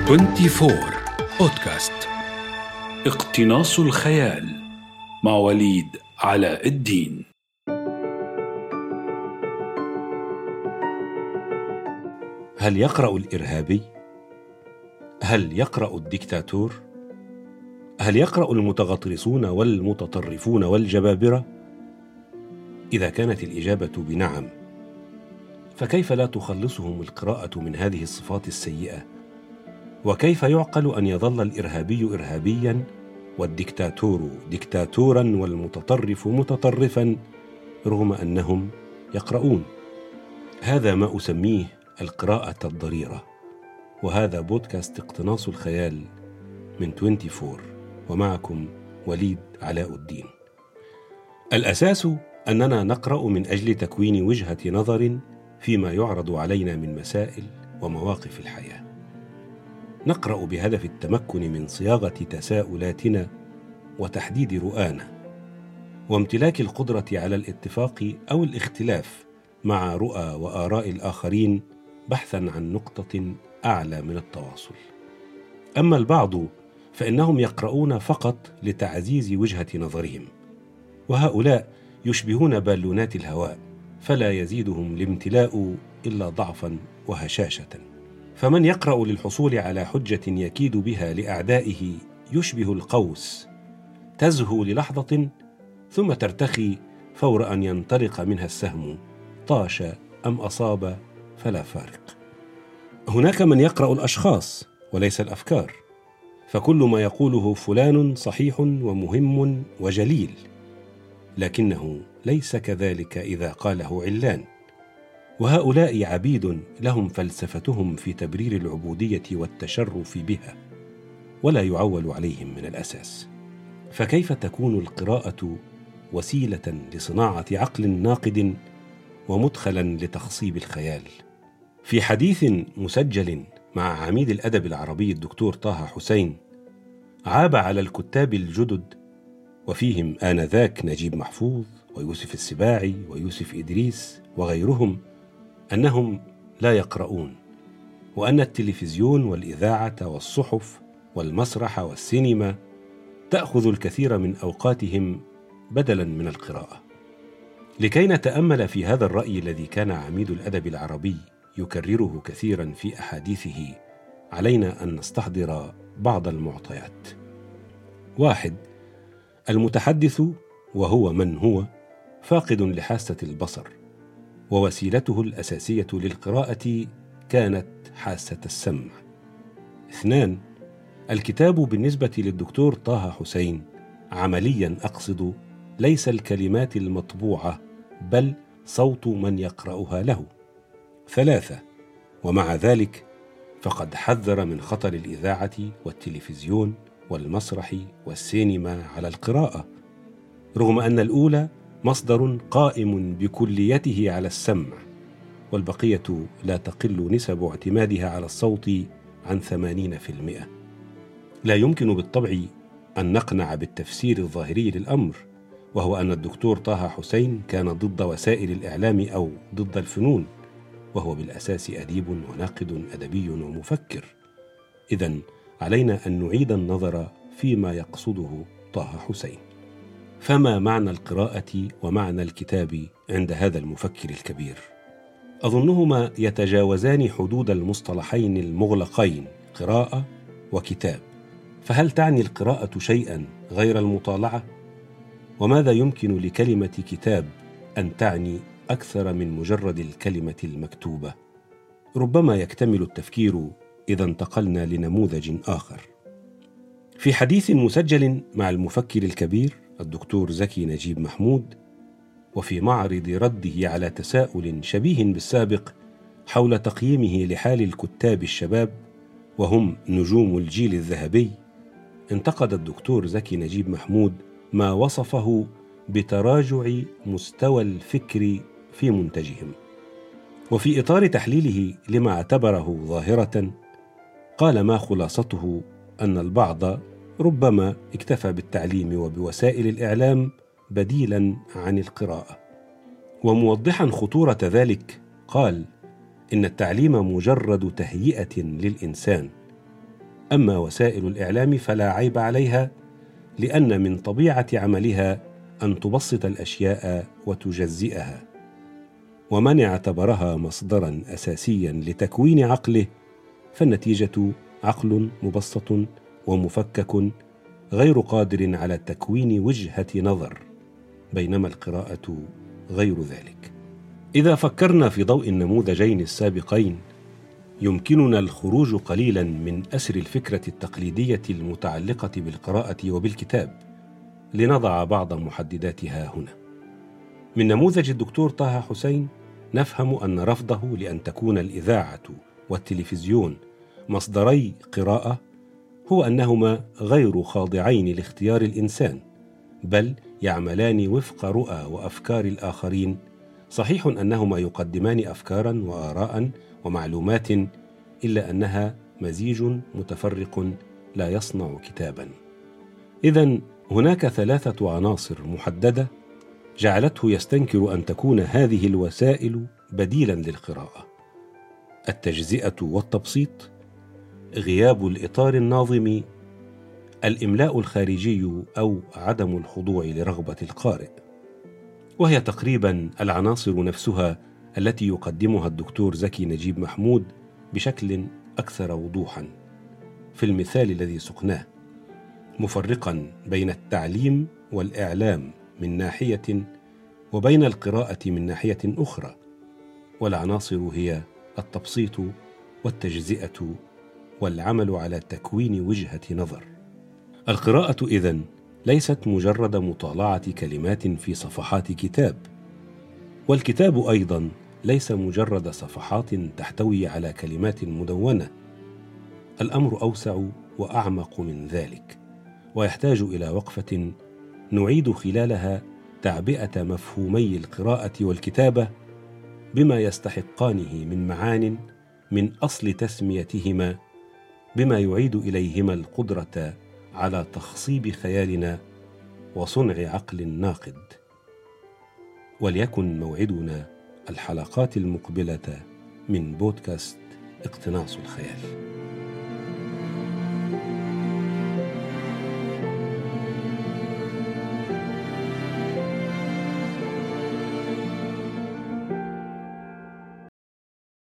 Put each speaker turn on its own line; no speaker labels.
24 بودكاست. اقتناص الخيال مع وليد علاء الدين.
هل يقرأ الإرهابي؟ هل يقرأ الدكتاتور؟ هل يقرأ المتغطرسون والمتطرفون والجبابرة؟ إذا كانت الإجابة بنعم، فكيف لا تخلصهم القراءة من هذه الصفات السيئة؟ وكيف يعقل أن يظل الإرهابي إرهابياً والدكتاتور دكتاتوراً والمتطرف متطرفاً رغم أنهم يقرؤون؟ هذا ما أسميه القراءة الضريرة، وهذا بودكاست اقتناص الخيال من 24، ومعكم وليد علاء الدين. الأساس أننا نقرأ من أجل تكوين وجهة نظر فيما يعرض علينا من مسائل ومواقف الحياة. نقرأ بهدف التمكن من صياغة تساؤلاتنا وتحديد رؤانا، وامتلاك القدرة على الاتفاق أو الاختلاف مع رؤى وآراء الآخرين بحثاً عن نقطة أعلى من التواصل. أما البعض فإنهم يقرؤون فقط لتعزيز وجهة نظرهم، وهؤلاء يشبهون بالونات الهواء، فلا يزيدهم الامتلاء إلا ضعفاً وهشاشة. فمن يقرأ للحصول على حجة يكيد بها لأعدائه يشبه القوس، تزهو للحظة ثم ترتخي فور أن ينطلق منها السهم، طاش أم أصاب فلا فارق. هناك من يقرأ الأشخاص وليس الأفكار، فكل ما يقوله فلان صحيح ومهم وجليل، لكنه ليس كذلك إذا قاله علان. وهؤلاء عبيد لهم فلسفتهم في تبرير العبودية والتشرف بها، ولا يعول عليهم من الأساس. فكيف تكون القراءة وسيلة لصناعة عقل ناقد ومدخلا لتخصيب الخيال؟ في حديث مسجل مع عميد الأدب العربي الدكتور طه حسين، عاب على الكتاب الجدد، وفيهم آنذاك نجيب محفوظ ويوسف السباعي ويوسف إدريس وغيرهم، أنهم لا يقرؤون، وأن التلفزيون والإذاعة والصحف والمسرح والسينما تأخذ الكثير من أوقاتهم بدلاً من القراءة. لكي نتأمل في هذا الرأي الذي كان عميد الأدب العربي يكرره كثيراً في أحاديثه، علينا أن نستحضر بعض المعطيات. 1. المتحدث وهو من هو فاقد لحاسة البصر، ووسيلته الأساسية للقراءة كانت حاسة السمع. 2. الكتاب بالنسبة للدكتور طه حسين عملياً أقصد ليس الكلمات المطبوعة، بل صوت من يقرأها له. 3. ومع ذلك فقد حذر من خطر الإذاعة والتلفزيون والمسرح والسينما على القراءة، رغم أن الأولى مصدر قائم بكليته على السمع، والبقية لا تقل نسب اعتمادها على الصوت عن 80%. لا يمكن بالطبع أن نقنع بالتفسير الظاهري للأمر، وهو أن الدكتور طه حسين كان ضد وسائل الإعلام أو ضد الفنون، وهو بالأساس أديب وناقد أدبي ومفكر. إذن علينا أن نعيد النظر فيما يقصده طه حسين. فما معنى القراءة ومعنى الكتاب عند هذا المفكر الكبير؟ أظنهما يتجاوزان حدود المصطلحين المغلقين قراءة وكتاب. فهل تعني القراءة شيئا غير المطالعة؟ وماذا يمكن لكلمة كتاب أن تعني أكثر من مجرد الكلمة المكتوبة؟ ربما يكتمل التفكير إذا انتقلنا لنموذج آخر. في حديث مسجل مع المفكر الكبير الدكتور زكي نجيب محمود، وفي معرض رده على تساؤل شبيه بالسابق حول تقييمه لحال الكتاب الشباب وهم نجوم الجيل الذهبي، انتقد الدكتور زكي نجيب محمود ما وصفه بتراجع مستوى الفكر في منتجهم. وفي إطار تحليله لما اعتبره ظاهرة، قال ما خلاصته أن البعض ربما اكتفى بالتعليم وبوسائل الإعلام بديلاً عن القراءة. وموضحاً خطورة ذلك قال: إن التعليم مجرد تهيئة للإنسان، أما وسائل الإعلام فلا عيب عليها، لأن من طبيعة عملها أن تبسط الأشياء وتجزئها، ومن اعتبرها مصدرا أساسيا لتكوين عقله فالنتيجة عقل مبسط ومفكك غير قادر على تكوين وجهة نظر، بينما القراءة غير ذلك. إذا فكرنا في ضوء النموذجين السابقين يمكننا الخروج قليلا من أسر الفكرة التقليدية المتعلقة بالقراءة وبالكتاب، لنضع بعض محدداتها هنا. من نموذج الدكتور طه حسين نفهم أن رفضه لأن تكون الإذاعة والتلفزيون مصدري قراءة هو أنهما غير خاضعين لاختيار الإنسان، بل يعملان وفق رؤى وأفكار الآخرين. صحيح أنهما يقدمان أفكارا وآراء ومعلومات، إلا أنها مزيج متفرق لا يصنع كتابا. إذن هناك 3 عناصر محددة جعلته يستنكر أن تكون هذه الوسائل بديلا للقراءة: التجزئة والتبسيط، غياب الإطار الناظم، الإملاء الخارجي أو عدم الخضوع لرغبة القارئ. وهي تقريبا العناصر نفسها التي يقدمها الدكتور زكي نجيب محمود بشكل أكثر وضوحا في المثال الذي سقناه، مفرقا بين التعليم والإعلام من ناحية وبين القراءة من ناحية أخرى. والعناصر هي التبسيط والتجزئة والعمل على تكوين وجهة نظر. القراءة إذن ليست مجرد مطالعة كلمات في صفحات كتاب، والكتاب أيضا ليس مجرد صفحات تحتوي على كلمات مدونة. الأمر أوسع وأعمق من ذلك، ويحتاج إلى وقفة نعيد خلالها تعبئة مفهومي القراءة والكتابة بما يستحقانه من معان من أصل تسميتهما، بما يعيد إليهما القدرة على تخصيب خيالنا وصنع عقل ناقد. وليكن موعدنا الحلقات المقبلة من بودكاست اقتناص الخيال.